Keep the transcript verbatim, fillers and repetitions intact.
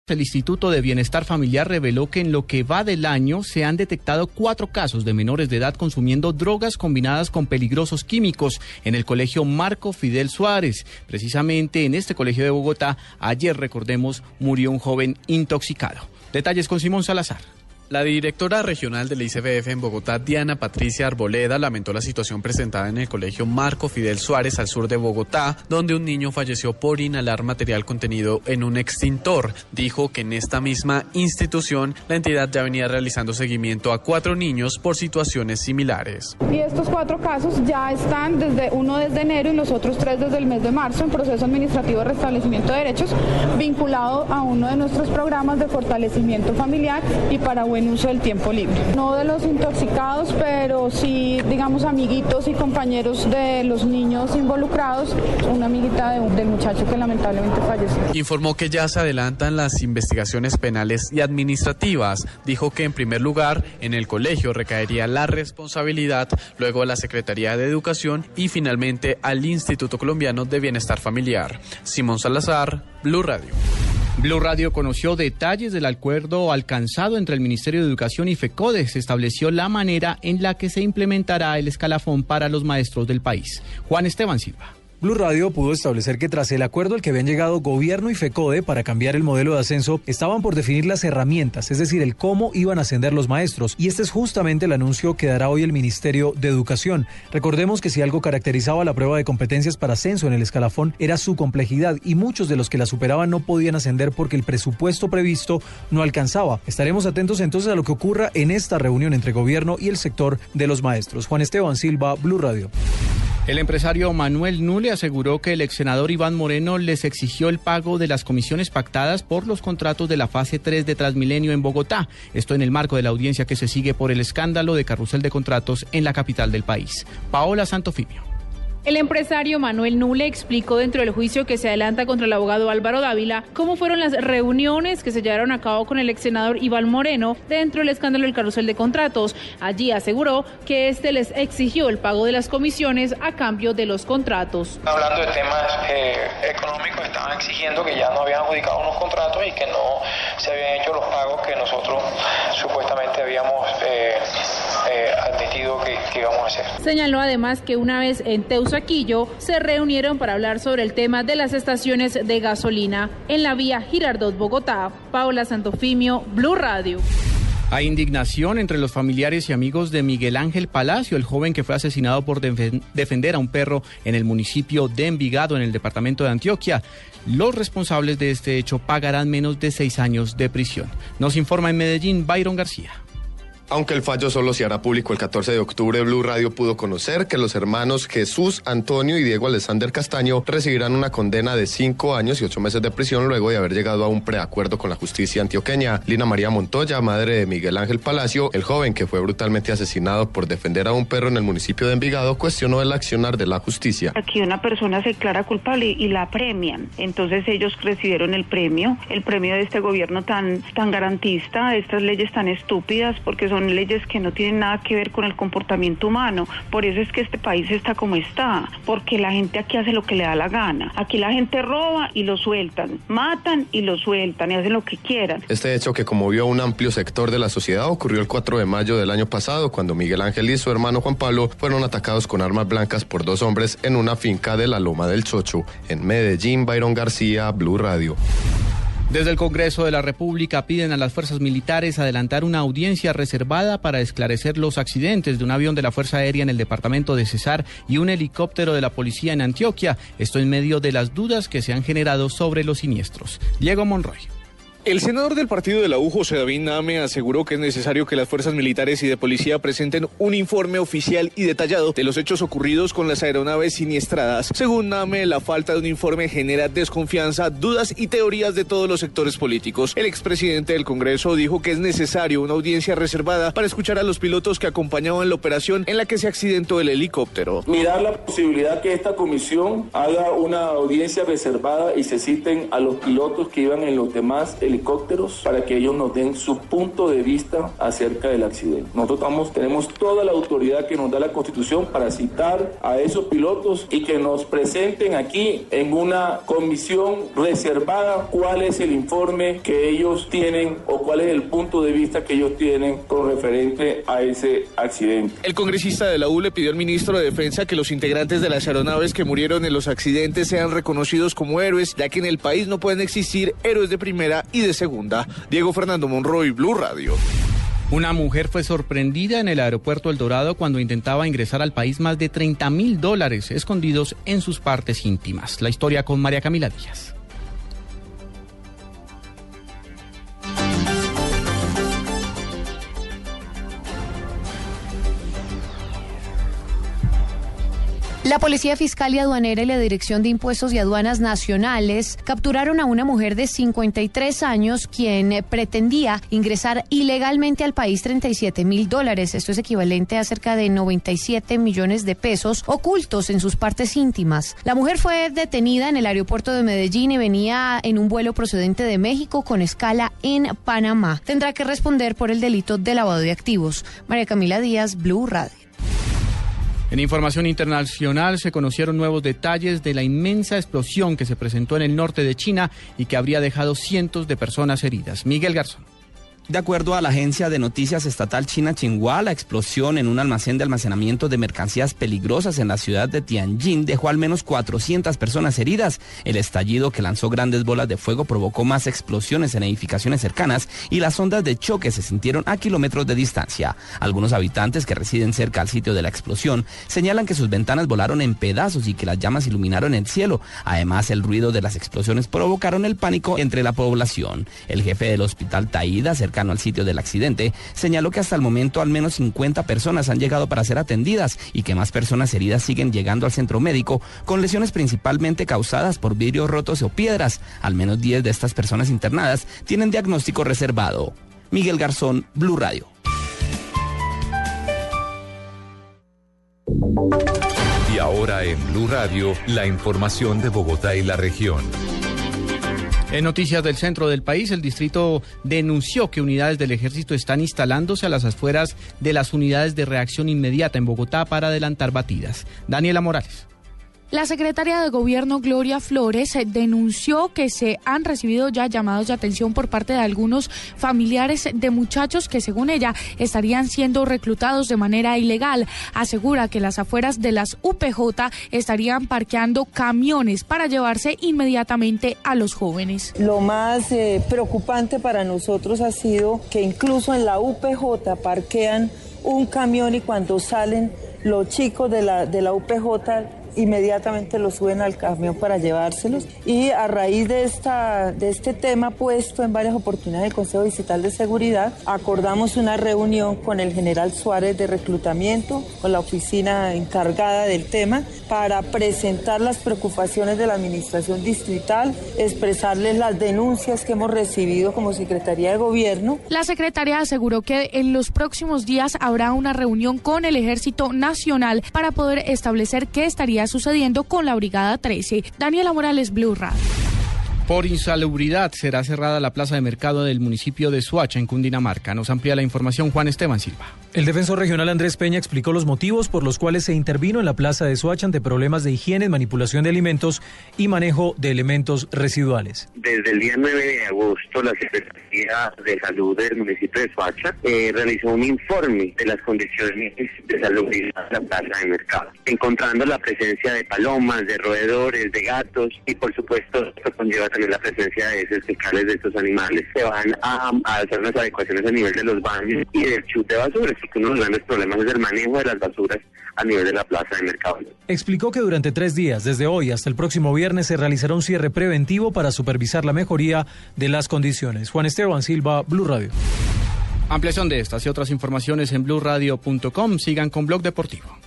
El Instituto de Bienestar Familiar reveló que en lo que va del año se han detectado cuatro casos de menores de edad consumiendo drogas combinadas con peligrosos químicos en el colegio Marco Fidel Suárez. Precisamente en este colegio de Bogotá, ayer, recordemos, murió un joven intoxicado. Detalles con Simón Salazar. La directora regional del I C B F en Bogotá, Diana Patricia Arboleda, lamentó la situación presentada en el colegio Marco Fidel Suárez al sur de Bogotá, donde un niño falleció por inhalar material contenido en un extintor. Dijo que en esta misma institución la entidad ya venía realizando seguimiento a cuatro niños por situaciones similares. Y estos cuatro casos ya están, desde uno desde enero y los otros tres desde el mes de marzo, en proceso administrativo de restablecimiento de derechos, vinculado a uno de nuestros programas de fortalecimiento familiar y para buen uso del tiempo libre. No de los intoxicados, pero sí, digamos, amiguitos y compañeros de los niños involucrados, una amiguita de, del muchacho que lamentablemente falleció. Informó que ya se adelantan las investigaciones penales y administrativas. Dijo que en primer lugar en el colegio recaería la responsabilidad, luego a la Secretaría de Educación y finalmente al Instituto Colombiano de Bienestar Familiar. Simón Salazar, Blue Radio. Blue Radio conoció detalles del acuerdo alcanzado entre el Ministerio de Educación y FECODE. Se estableció la manera en la que se implementará el escalafón para los maestros del país. Juan Esteban Silva. Blue Radio pudo establecer que tras el acuerdo al que habían llegado gobierno y FECODE para cambiar el modelo de ascenso, estaban por definir las herramientas, es decir, el cómo iban a ascender los maestros. Y este es justamente el anuncio que dará hoy el Ministerio de Educación. Recordemos que si algo caracterizaba la prueba de competencias para ascenso en el escalafón era su complejidad y muchos de los que la superaban no podían ascender porque el presupuesto previsto no alcanzaba. Estaremos atentos entonces a lo que ocurra en esta reunión entre gobierno y el sector de los maestros. Juan Esteban Silva, Blue Radio. El empresario Manuel Nule aseguró que el ex senador Iván Moreno les exigió el pago de las comisiones pactadas por los contratos de la fase tres de Transmilenio en Bogotá. Esto en el marco de la audiencia que se sigue por el escándalo de carrusel de contratos en la capital del país. Paola Santofimio. El empresario Manuel Nule explicó dentro del juicio que se adelanta contra el abogado Álvaro Dávila cómo fueron las reuniones que se llevaron a cabo con el ex senador Iván Moreno dentro del escándalo del carrusel de contratos. Allí aseguró que este les exigió el pago de las comisiones a cambio de los contratos. Hablando de temas eh, económicos, estaban exigiendo que ya no habían adjudicado unos contratos y que no se habían hecho los pagos que nosotros supuestamente habíamos eh, eh, admitido que, que íbamos a hacer. Señaló además que una vez en Teusaquillo se reunieron para hablar sobre el tema de las estaciones de gasolina en la vía Girardot, Bogotá. Paola Santofimio, Blue Radio. Hay indignación entre los familiares y amigos de Miguel Ángel Palacio, el joven que fue asesinado por def- defender a un perro en el municipio de Envigado, en el departamento de Antioquia. Los responsables de este hecho pagarán menos de seis años de prisión. Nos informa en Medellín, Byron García. Aunque el fallo solo se hará público el catorce de octubre, Blue Radio pudo conocer que los hermanos Jesús Antonio y Diego Alexander Castaño recibirán una condena de cinco años y ocho meses de prisión luego de haber llegado a un preacuerdo con la justicia antioqueña. Lina María Montoya, madre de Miguel Ángel Palacio, el joven que fue brutalmente asesinado por defender a un perro en el municipio de Envigado, cuestionó el accionar de la justicia. Aquí una persona se declara culpable y la premian, entonces ellos recibieron el premio, el premio de este gobierno tan, tan garantista, de estas leyes tan estúpidas, porque son Son leyes que no tienen nada que ver con el comportamiento humano. Por eso es que este país está como está, porque la gente aquí hace lo que le da la gana. Aquí la gente roba y lo sueltan, matan y lo sueltan y hacen lo que quieran. Este hecho, que conmovió a un amplio sector de la sociedad, ocurrió el cuatro de mayo del año pasado, cuando Miguel Ángel y su hermano Juan Pablo fueron atacados con armas blancas por dos hombres en una finca de la Loma del Chocho. En Medellín, Byron García, Blue Radio. Desde el Congreso de la República piden a las fuerzas militares adelantar una audiencia reservada para esclarecer los accidentes de un avión de la Fuerza Aérea en el departamento de Cesar y un helicóptero de la policía en Antioquia. Esto en medio de las dudas que se han generado sobre los siniestros. Diego Monroy. El senador del partido de la U, José David Nahme, aseguró que es necesario que las fuerzas militares y de policía presenten un informe oficial y detallado de los hechos ocurridos con las aeronaves siniestradas. Según Nahme, la falta de un informe genera desconfianza, dudas y teorías de todos los sectores políticos. El expresidente del Congreso dijo que es necesario una audiencia reservada para escuchar a los pilotos que acompañaban la operación en la que se accidentó el helicóptero. Mirar la posibilidad que esta comisión haga una audiencia reservada y se citen a los pilotos que iban en los demás helicópteros helicópteros para que ellos nos den su punto de vista acerca del accidente. Nosotros estamos, tenemos toda la autoridad que nos da la Constitución para citar a esos pilotos y que nos presenten aquí en una comisión reservada cuál es el informe que ellos tienen o cuál es el punto de vista que ellos tienen con referente a ese accidente. El congresista de la U le pidió al ministro de Defensa que los integrantes de las aeronaves que murieron en los accidentes sean reconocidos como héroes, ya que en el país no pueden existir héroes de primera y de segunda. Diego Fernando Monroy, Blue Radio. Una mujer fue sorprendida en el aeropuerto El Dorado cuando intentaba ingresar al país más de treinta mil dólares escondidos en sus partes íntimas. La historia con María Camila Díaz. La Policía Fiscal y Aduanera y la Dirección de Impuestos y Aduanas Nacionales capturaron a una mujer de cincuenta y tres años quien pretendía ingresar ilegalmente al país treinta y siete mil dólares. Esto es equivalente a cerca de noventa y siete millones de pesos ocultos en sus partes íntimas. La mujer fue detenida en el aeropuerto de Medellín y venía en un vuelo procedente de México con escala en Panamá. Tendrá que responder por el delito de lavado de activos. María Camila Díaz, Blue Radio. En información internacional se conocieron nuevos detalles de la inmensa explosión que se presentó en el norte de China y que habría dejado cientos de personas heridas. Miguel Garzón. De acuerdo a la agencia de noticias estatal china Xinhua, la explosión en un almacén de almacenamiento de mercancías peligrosas en la ciudad de Tianjin dejó al menos cuatrocientas personas heridas. El estallido, que lanzó grandes bolas de fuego, provocó más explosiones en edificaciones cercanas y las ondas de choque se sintieron a kilómetros de distancia. Algunos habitantes que residen cerca al sitio de la explosión señalan que sus ventanas volaron en pedazos y que las llamas iluminaron el cielo. Además, el ruido de las explosiones provocaron el pánico entre la población. El jefe del hospital Taida, cerca al sitio del accidente, señaló que hasta el momento al menos cincuenta personas han llegado para ser atendidas y que más personas heridas siguen llegando al centro médico con lesiones principalmente causadas por vidrios rotos o piedras. Al menos diez de estas personas internadas tienen diagnóstico reservado. Miguel Garzón, Blue Radio. Y ahora en Blue Radio, la información de Bogotá y la región. En noticias del centro del país, el distrito denunció que unidades del ejército están instalándose a las afueras de las unidades de reacción inmediata en Bogotá para adelantar batidas. Daniela Morales. La secretaria de Gobierno, Gloria Flores, denunció que se han recibido ya llamados de atención por parte de algunos familiares de muchachos que, según ella, estarían siendo reclutados de manera ilegal. Asegura que las afueras de las U P J estarían parqueando camiones para llevarse inmediatamente a los jóvenes. Lo más eh, preocupante para nosotros ha sido que incluso en la U P J parquean un camión y cuando salen los chicos de la, de la U P J inmediatamente los suben al camión para llevárselos, y a raíz de esta de este tema puesto en varias oportunidades del Consejo Distrital de Seguridad, acordamos una reunión con el general Suárez de reclutamiento, con la oficina encargada del tema, para presentar las preocupaciones de la administración distrital, expresarles las denuncias que hemos recibido como Secretaría de Gobierno. La secretaria aseguró que en los próximos días habrá una reunión con el Ejército Nacional para poder establecer qué estaría sucediendo con la Brigada trece. Daniela Morales, Blue Radio. Por insalubridad será cerrada la plaza de mercado del municipio de Soacha, en Cundinamarca. Nos amplía la información Juan Esteban Silva. El defensor regional Andrés Peña explicó los motivos por los cuales se intervino en la plaza de Soacha ante problemas de higiene, manipulación de alimentos y manejo de elementos residuales. Desde el día nueve de agosto, la Secretaría de Salud del municipio de Soacha eh, realizó un informe de las condiciones de salubridad de la plaza de mercado, encontrando la presencia de palomas, de roedores, de gatos y, por supuesto, esto conlleva también la presencia de heces fecales de estos animales. Se van a, a hacer unas adecuaciones a nivel de los baños y del chute de basura, así que uno de los grandes problemas es el manejo de las basuras a nivel de la plaza de mercado. Explicó que durante tres días, desde hoy hasta el próximo viernes, se realizará un cierre preventivo para supervisar la mejoría de las condiciones. Juan Esteban Silva, Blue Radio. Ampliación de estas y otras informaciones en blue radio punto com. Sigan con Blog Deportivo.